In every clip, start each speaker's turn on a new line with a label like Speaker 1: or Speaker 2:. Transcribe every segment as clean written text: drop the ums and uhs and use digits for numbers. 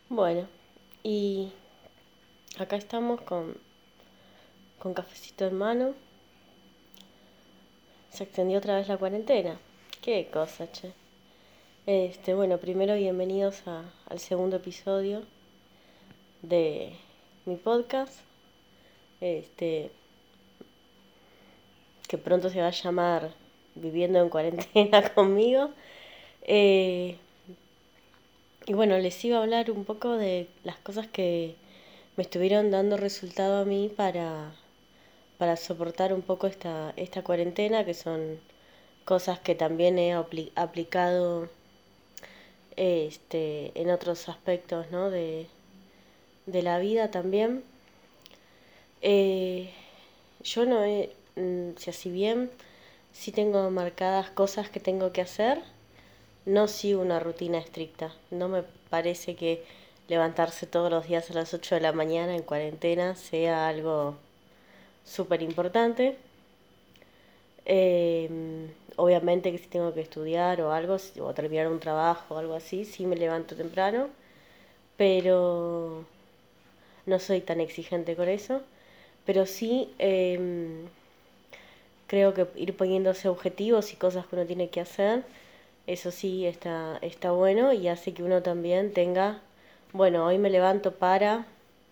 Speaker 1: Bueno, y acá estamos con cafecito en mano. Se extendió otra vez la cuarentena. Qué cosa, che. Bueno, primero bienvenidos al segundo episodio de mi podcast. Este, que pronto se va a llamar Viviendo en cuarentena conmigo. Eh, y bueno, les iba a hablar un poco de las cosas que me estuvieron dando resultado a mí para soportar un poco esta cuarentena, que son cosas que también he aplicado en otros aspectos, ¿no? de la vida también. Eh, yo no he, si bien sí tengo marcadas cosas que tengo que hacer, no sigo una rutina estricta. No me parece que levantarse todos los días a las 8 de la mañana en cuarentena sea algo súper importante. Obviamente que si tengo que estudiar o algo, o terminar un trabajo o algo así, sí me levanto temprano, pero no soy tan exigente con eso. Pero sí creo que ir poniéndose objetivos y cosas que uno tiene que hacer, eso sí está bueno y hace que uno también tenga, bueno, hoy me levanto para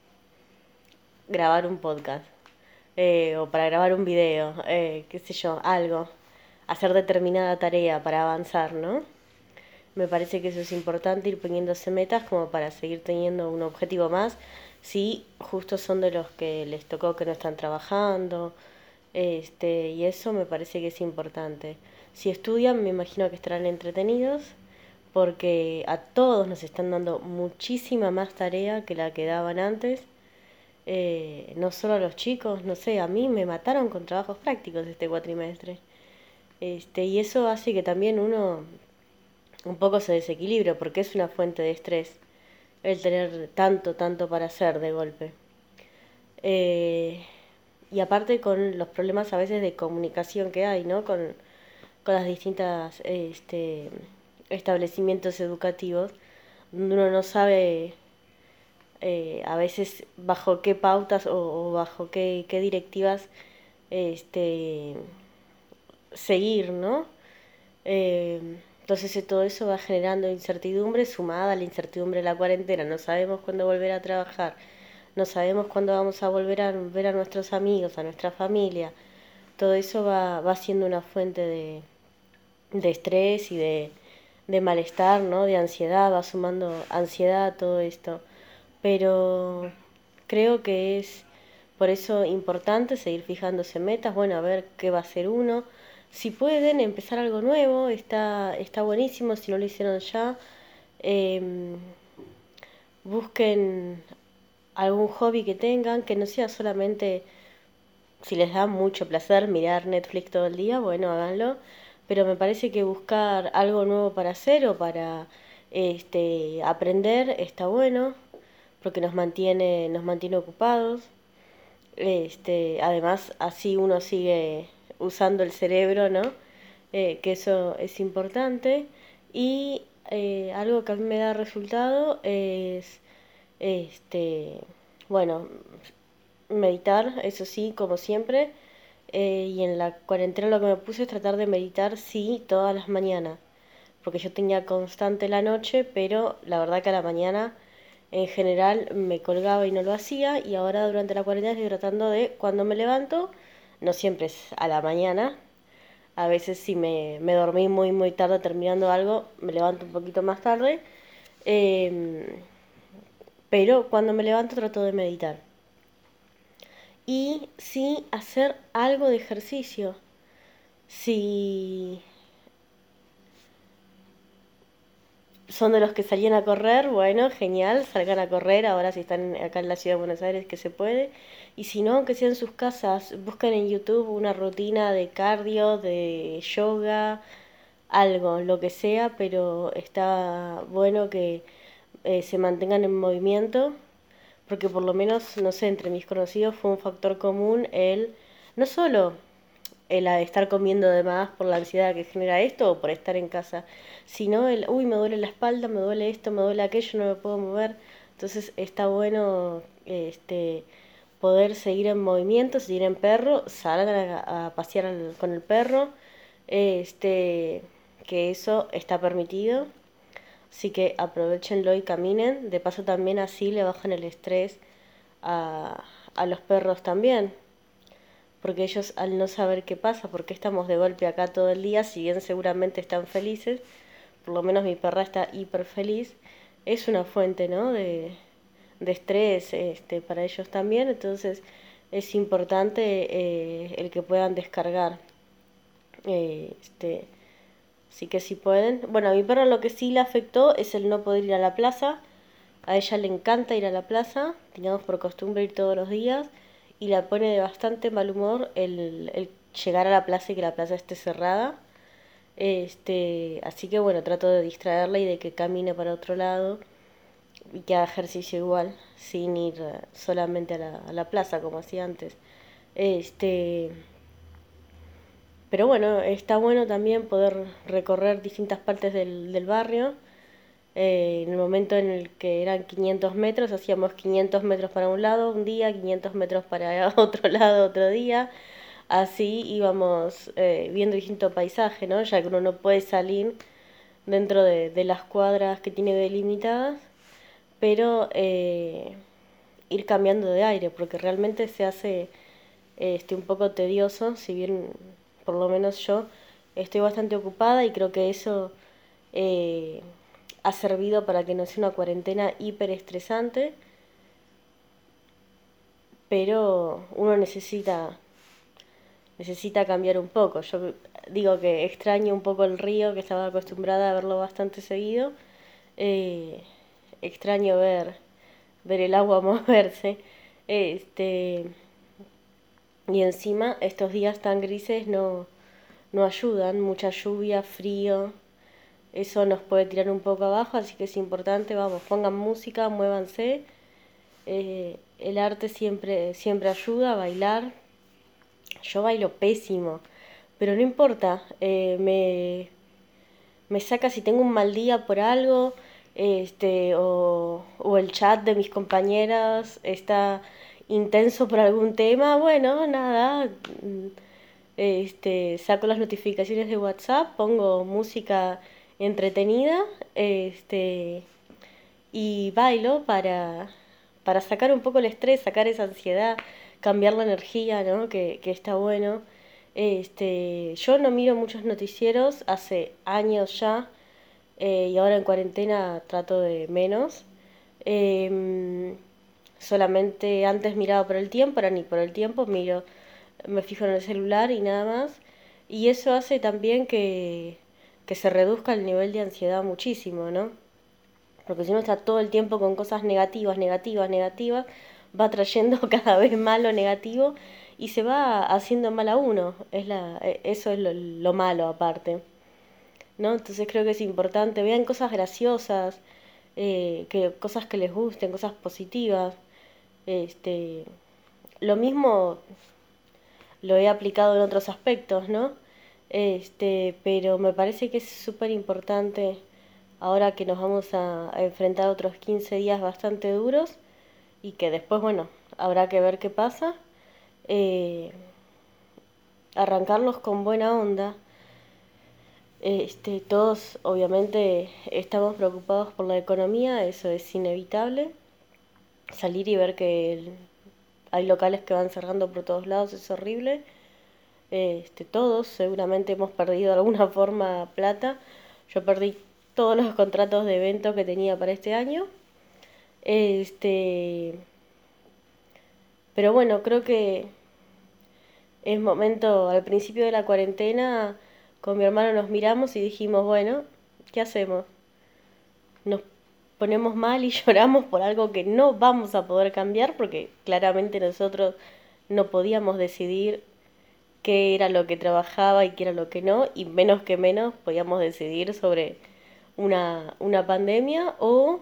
Speaker 1: grabar un podcast. O para grabar un video, qué sé yo, algo, hacer determinada tarea para avanzar, ¿no? Me parece que eso es importante, ir poniéndose metas como para seguir teniendo un objetivo más. Si justo son de los que les tocó que no están trabajando, y eso me parece que es importante. Si estudian, me imagino que estarán entretenidos, porque a todos nos están dando muchísima más tarea que la que daban antes. No solo a los chicos, no sé, a mí me mataron con trabajos prácticos este cuatrimestre. Y eso hace que también uno un poco se desequilibre, porque es una fuente de estrés el tener tanto para hacer de golpe. Eh, y aparte con los problemas a veces de comunicación que hay, ¿no? Con las distintas establecimientos educativos, donde uno no sabe a veces bajo qué pautas o bajo qué directivas este, seguir, ¿no? Entonces todo eso va generando incertidumbre sumada a la incertidumbre de la cuarentena. No sabemos cuándo volver a trabajar, no sabemos cuándo vamos a volver a ver a nuestros amigos, a nuestra familia. Todo eso va siendo una fuente de estrés y de malestar, ¿no? De ansiedad, va sumando ansiedad a todo esto. Pero creo que es por eso importante seguir fijándose metas, bueno, a ver qué va a hacer uno. Si pueden empezar algo nuevo, está buenísimo, si no lo hicieron ya, eh, busquen algún hobby que tengan, que no sea solamente, si les da mucho placer mirar Netflix todo el día, bueno, háganlo, pero me parece que buscar algo nuevo para hacer o para aprender está bueno, porque nos mantiene ocupados. Además, así uno sigue usando el cerebro, ¿no? Que eso es importante. Y algo que a mí me da resultado es, este, bueno, meditar, eso sí, como siempre. Y en la cuarentena lo que me puse es tratar de meditar, sí, todas las mañanas. Porque yo tenía constante la noche, pero la verdad que a la mañana en general me colgaba y no lo hacía, y ahora durante la cuarentena estoy tratando de, cuando me levanto, no siempre es a la mañana, a veces si me dormí muy tarde terminando algo, me levanto un poquito más tarde, eh, pero cuando me levanto trato de meditar. Y sí hacer algo de ejercicio. Si son de los que salían a correr, bueno, genial, salgan a correr, ahora si están acá en la ciudad de Buenos Aires que se puede, y si no, aunque sea en sus casas, busquen en YouTube una rutina de cardio, de yoga, algo, lo que sea, pero está bueno que se mantengan en movimiento, porque por lo menos, no sé, entre mis conocidos fue un factor común el, no solo el estar comiendo de más por la ansiedad que genera esto o por estar en casa, sino el, uy, me duele la espalda, me duele esto, me duele aquello, no me puedo mover. Entonces está bueno poder seguir en movimiento, si tienen perro, salgan a pasear con el perro, que eso está permitido. Así que aprovechenlo y caminen. De paso también así le bajan el estrés a, a los perros también. Porque ellos al no saber qué pasa, porque estamos de golpe acá todo el día, si bien seguramente están felices, por lo menos mi perra está hiper feliz, es una fuente, ¿no? de estrés para ellos también, entonces es importante el que puedan descargar. Eh, este, Así que si pueden. Bueno, a mi perro lo que sí le afectó es el no poder ir a la plaza. A ella le encanta ir a la plaza, teníamos por costumbre ir todos los días y la pone de bastante mal humor el llegar a la plaza y que la plaza esté cerrada. Así que bueno, trato de distraerla y de que camine para otro lado y que haga ejercicio igual, sin ir solamente a la plaza como hacía antes. Este, pero bueno, está bueno también poder recorrer distintas partes del barrio. En el momento en el que eran 500 metros, hacíamos 500 metros para un lado un día, 500 metros para otro lado otro día. Así íbamos viendo distinto paisaje, ¿no? Ya que uno no puede salir dentro de las cuadras que tiene delimitadas, pero ir cambiando de aire, porque realmente se hace un poco tedioso, si bien por lo menos yo estoy bastante ocupada y creo que eso eh, ha servido para que no sea una cuarentena hiper estresante, pero uno necesita cambiar un poco. Yo digo que extraño un poco el río, que estaba acostumbrada a verlo bastante seguido. Eh, Extraño ver el agua moverse. Este, y encima estos días tan grises no ayudan, mucha lluvia, frío, eso nos puede tirar un poco abajo, así que es importante, vamos, pongan música, muévanse. El arte siempre ayuda a bailar. Yo bailo pésimo, pero no importa, me saca si tengo un mal día por algo, o el chat de mis compañeras está intenso por algún tema, bueno, nada, saco las notificaciones de WhatsApp, pongo música entretenida, y bailo para sacar un poco el estrés, sacar esa ansiedad, cambiar la energía, ¿no? Que está bueno. Yo no miro muchos noticieros hace años ya, y ahora en cuarentena trato de menos. Em, Solamente antes miraba por el tiempo, ahora ni por el tiempo, me fijo en el celular y nada más. Y eso hace también que se reduzca el nivel de ansiedad muchísimo, ¿no? Porque si uno está todo el tiempo con cosas negativas, negativas, negativas, va trayendo cada vez más lo negativo y se va haciendo mal a uno. Eso es lo malo aparte, ¿no? Entonces creo que es importante, vean cosas graciosas, cosas que les gusten, cosas positivas. Este, lo mismo lo he aplicado en otros aspectos, ¿no? Pero me parece que es súper importante ahora que nos vamos a enfrentar otros 15 días bastante duros y que después, bueno, habrá que ver qué pasa, eh, arrancarlos con buena onda. Todos obviamente estamos preocupados por la economía, eso es inevitable. Salir y ver que hay locales que van cerrando por todos lados es horrible. Todos seguramente hemos perdido de alguna forma plata. Yo perdí todos los contratos de evento que tenía para este año. Este, pero bueno, creo que es momento, al principio de la cuarentena, con mi hermano nos miramos y dijimos, bueno, ¿qué hacemos? Nos ponemos mal y lloramos por algo que no vamos a poder cambiar porque claramente nosotros no podíamos decidir qué era lo que trabajaba y qué era lo que no, y menos que menos podíamos decidir sobre una pandemia, o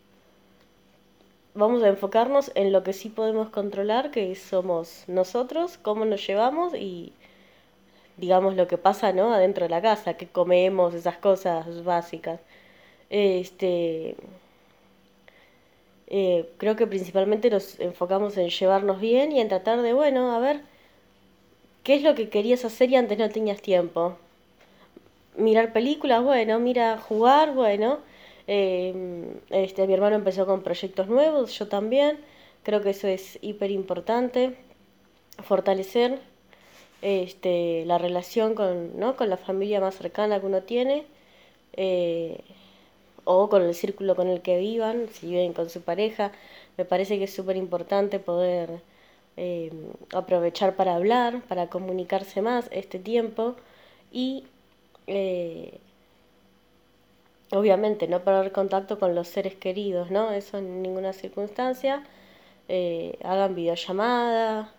Speaker 1: vamos a enfocarnos en lo que sí podemos controlar, que somos nosotros, cómo nos llevamos y digamos lo que pasa, ¿no? Adentro de la casa, qué comemos, esas cosas básicas. Este, Creo que principalmente nos enfocamos en llevarnos bien y en tratar de, bueno, a ver, ¿qué es lo que querías hacer y antes no tenías tiempo? Mirar películas, bueno, mira jugar, bueno. Mi hermano empezó con proyectos nuevos, yo también. Creo que eso es hiper importante, fortalecer la relación con, ¿no? con la familia más cercana que uno tiene, eh, o con el círculo con el que vivan, si viven con su pareja. Me parece que es súper importante poder eh, aprovechar para hablar, para comunicarse más este tiempo y eh, obviamente no perder contacto con los seres queridos, ¿no? Eso en ninguna circunstancia. Hagan videollamada.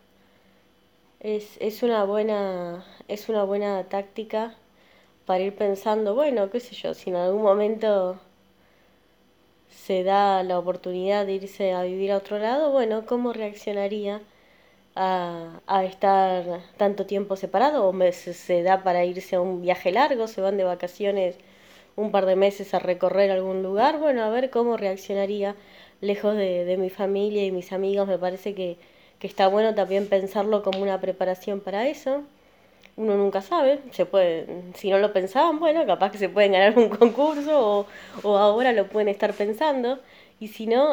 Speaker 1: Es una buena táctica para ir pensando, bueno, qué sé yo, si en algún momento se da la oportunidad de irse a vivir a otro lado, bueno, ¿cómo reaccionaría a estar tanto tiempo separado? ¿O se da para irse a un viaje largo? ¿Se van de vacaciones un par de meses a recorrer algún lugar? Bueno, a ver cómo reaccionaría lejos de mi familia y mis amigos. Me parece que está bueno también pensarlo como una preparación para eso. Uno nunca sabe, se puede, si no lo pensaban, bueno, capaz que se pueden ganar un concurso o ahora lo pueden estar pensando. Y si no,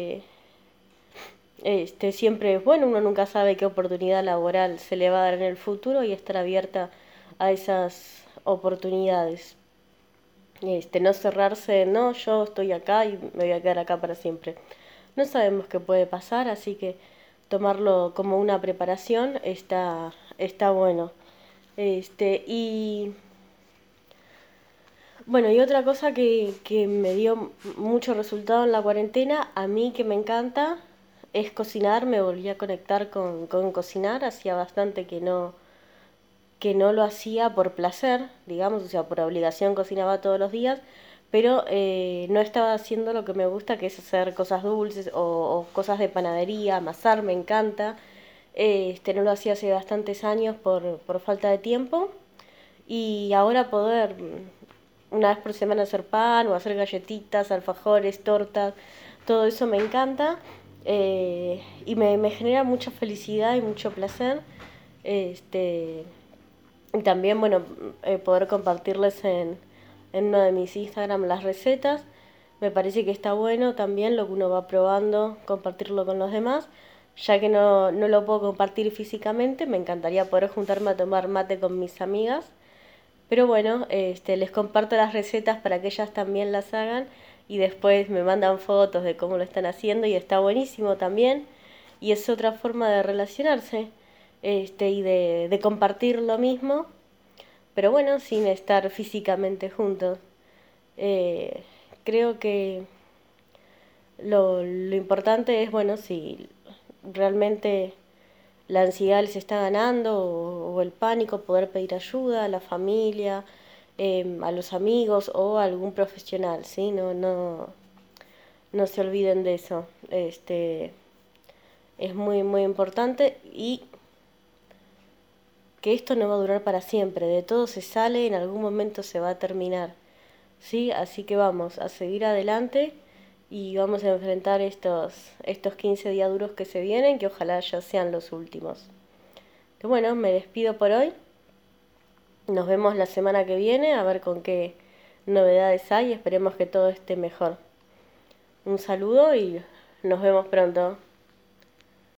Speaker 1: siempre es bueno, uno nunca sabe qué oportunidad laboral se le va a dar en el futuro y estar abierta a esas oportunidades. No cerrarse, no, yo estoy acá y me voy a quedar acá para siempre. No sabemos qué puede pasar, así que tomarlo como una preparación está bueno. Y bueno, y otra cosa que me dio mucho resultado en la cuarentena, a mí que me encanta, es cocinar. Me volví a conectar con cocinar. Hacía bastante que no lo hacía por placer, digamos, o sea, por obligación cocinaba todos los días, pero no estaba haciendo lo que me gusta, que es hacer cosas dulces o cosas de panadería, amasar, me encanta. No lo hacía hace bastantes años por falta de tiempo y ahora poder una vez por semana hacer pan o hacer galletitas, alfajores, tortas, todo eso me encanta y me genera mucha felicidad y mucho placer. Este, y también, bueno, poder compartirles en uno de mis Instagram las recetas. Me parece que está bueno también lo que uno va probando, compartirlo con los demás. Ya que no lo puedo compartir físicamente, me encantaría poder juntarme a tomar mate con mis amigas. Pero bueno, les comparto las recetas para que ellas también las hagan y después me mandan fotos de cómo lo están haciendo y está buenísimo también. Y es otra forma de relacionarse y de compartir lo mismo, pero bueno, sin estar físicamente juntos. Eh, Creo que lo importante es, bueno, si realmente la ansiedad les está ganando o el pánico, poder pedir ayuda a la familia, a los amigos o a algún profesional, ¿sí? No se olviden de eso. Es muy, muy importante y que esto no va a durar para siempre. De todo se sale, en algún momento se va a terminar. ¿Sí? Así que vamos a seguir adelante y vamos a enfrentar estos 15 días duros que se vienen, que ojalá ya sean los últimos. Pero bueno, me despido por hoy. Nos vemos la semana que viene a ver con qué novedades hay. Esperemos que todo esté mejor. Un saludo y nos vemos pronto.